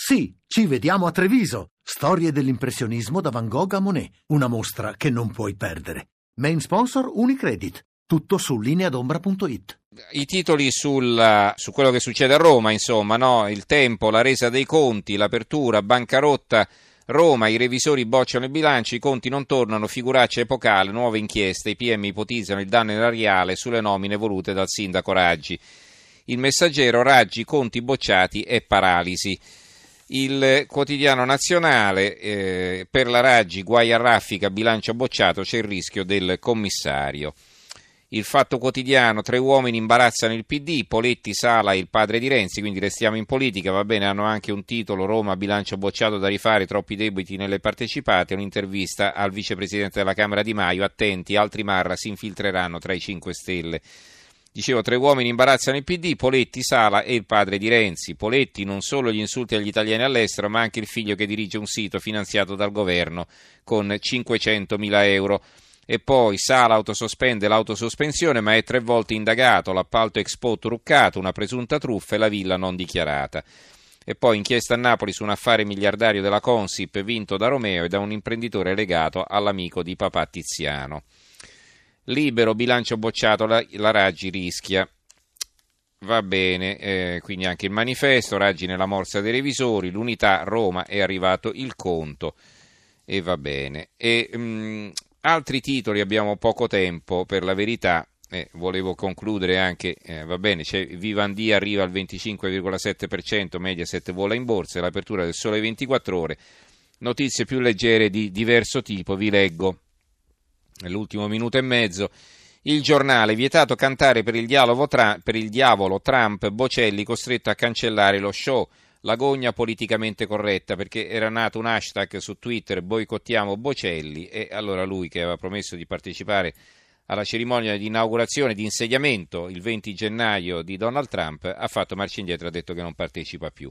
Sì, ci vediamo a Treviso. Storie dell'impressionismo da Van Gogh a Monet. Una mostra che non puoi perdere. Main sponsor Unicredit. Tutto su lineadombra.it. I titoli su quello che succede a Roma, insomma, no? Il Tempo, la resa dei conti, l'apertura, bancarotta Roma, i revisori bocciano i bilanci, i conti non tornano, figuraccia epocale, nuove inchieste, i PM ipotizzano il danno erariale sulle nomine volute dal sindaco Raggi. Il Messaggero, Raggi, conti bocciati e paralisi. Il Quotidiano Nazionale, per la Raggi, guai a raffica, bilancio bocciato, c'è il rischio del commissario. Il Fatto Quotidiano, 3 uomini imbarazzano il PD, Poletti, Sala e il padre di Renzi, quindi restiamo in politica, va bene, hanno anche un titolo, Roma, bilancio bocciato da rifare, troppi debiti nelle partecipate, un'intervista al vicepresidente della Camera Di Maio, attenti, altri Marra si infiltreranno tra i 5 Stelle. Dicevo, 3 uomini imbarazzano il PD, Poletti, Sala e il padre di Renzi. Poletti, non solo gli insulti agli italiani all'estero, ma anche il figlio che dirige un sito finanziato dal governo con 500.000 euro. E poi Sala autosospende l'autosospensione, ma è 3 volte indagato, l'appalto Expo truccato, una presunta truffa e la villa non dichiarata. E poi inchiesta a Napoli su un affare miliardario della Consip vinto da Romeo e da un imprenditore legato all'amico di papà Tiziano. Libero, bilancio bocciato, la Raggi rischia. Va bene, quindi anche il Manifesto, Raggi nella morsa dei revisori, l'Unità, Roma, è arrivato il conto. E va bene. Altri titoli, abbiamo poco tempo per la verità, volevo concludere anche, va bene, c'è Vivendi arriva al 25,7%, Mediaset vola in borsa, l'apertura del Sole 24 Ore, notizie più leggere di diverso tipo, vi leggo nell'ultimo minuto e mezzo. Il Giornale, vietato cantare per il diavolo Trump, Bocelli costretto a cancellare lo show. L'agonia politicamente corretta, perché era nato un hashtag su Twitter, boicottiamo Bocelli, e allora lui, che aveva promesso di partecipare alla cerimonia di inaugurazione, di insediamento il 20 gennaio di Donald Trump, ha fatto marcia indietro, ha detto che non partecipa più.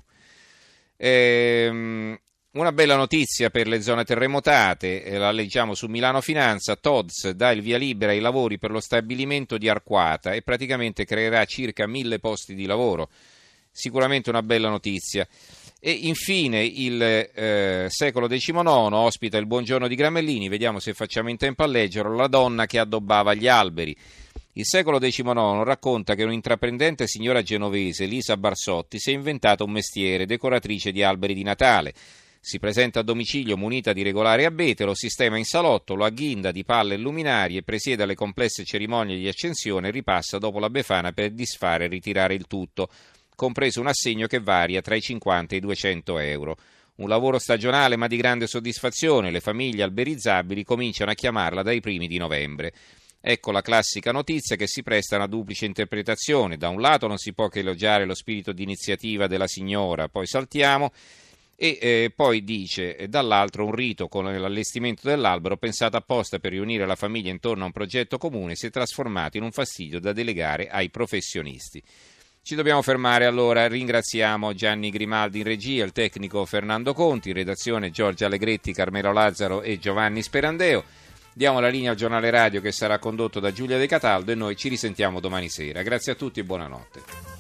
Una bella notizia per le zone terremotate, la leggiamo su Milano Finanza, Tod's dà il via libera ai lavori per lo stabilimento di Arquata e praticamente creerà circa 1000 posti di lavoro. Sicuramente una bella notizia. E infine il Secolo XIX ospita il Buongiorno di Gramellini, vediamo se facciamo in tempo a leggerlo, la donna che addobbava gli alberi. Il Secolo XIX racconta che un'intraprendente signora genovese, Lisa Barsotti, si è inventata un mestiere, decoratrice di alberi di Natale. Si presenta a domicilio munita di regolare abete, lo sistema in salotto, lo agghinda di palle e luminarie, presiede alle complesse cerimonie di accensione e ripassa dopo la Befana per disfare e ritirare il tutto, compreso un assegno che varia tra i 50 e i 200 euro. Un lavoro stagionale ma di grande soddisfazione, le famiglie alberizzabili cominciano a chiamarla dai primi di novembre. Ecco la classica notizia che si presta a una duplice interpretazione. Da un lato non si può che elogiare lo spirito di iniziativa della signora, poi saltiamo, e poi dice, dall'altro un rito con l'allestimento dell'albero pensato apposta per riunire la famiglia intorno a un progetto comune si è trasformato in un fastidio da delegare ai professionisti. Ci dobbiamo fermare allora, ringraziamo Gianni Grimaldi in regia, il tecnico Fernando Conti, in redazione Giorgia Allegretti, Carmelo Lazzaro e Giovanni Sperandeo. Diamo la linea al giornale radio che sarà condotto da Giulia De Cataldo e noi ci risentiamo domani sera. Grazie a tutti e buonanotte.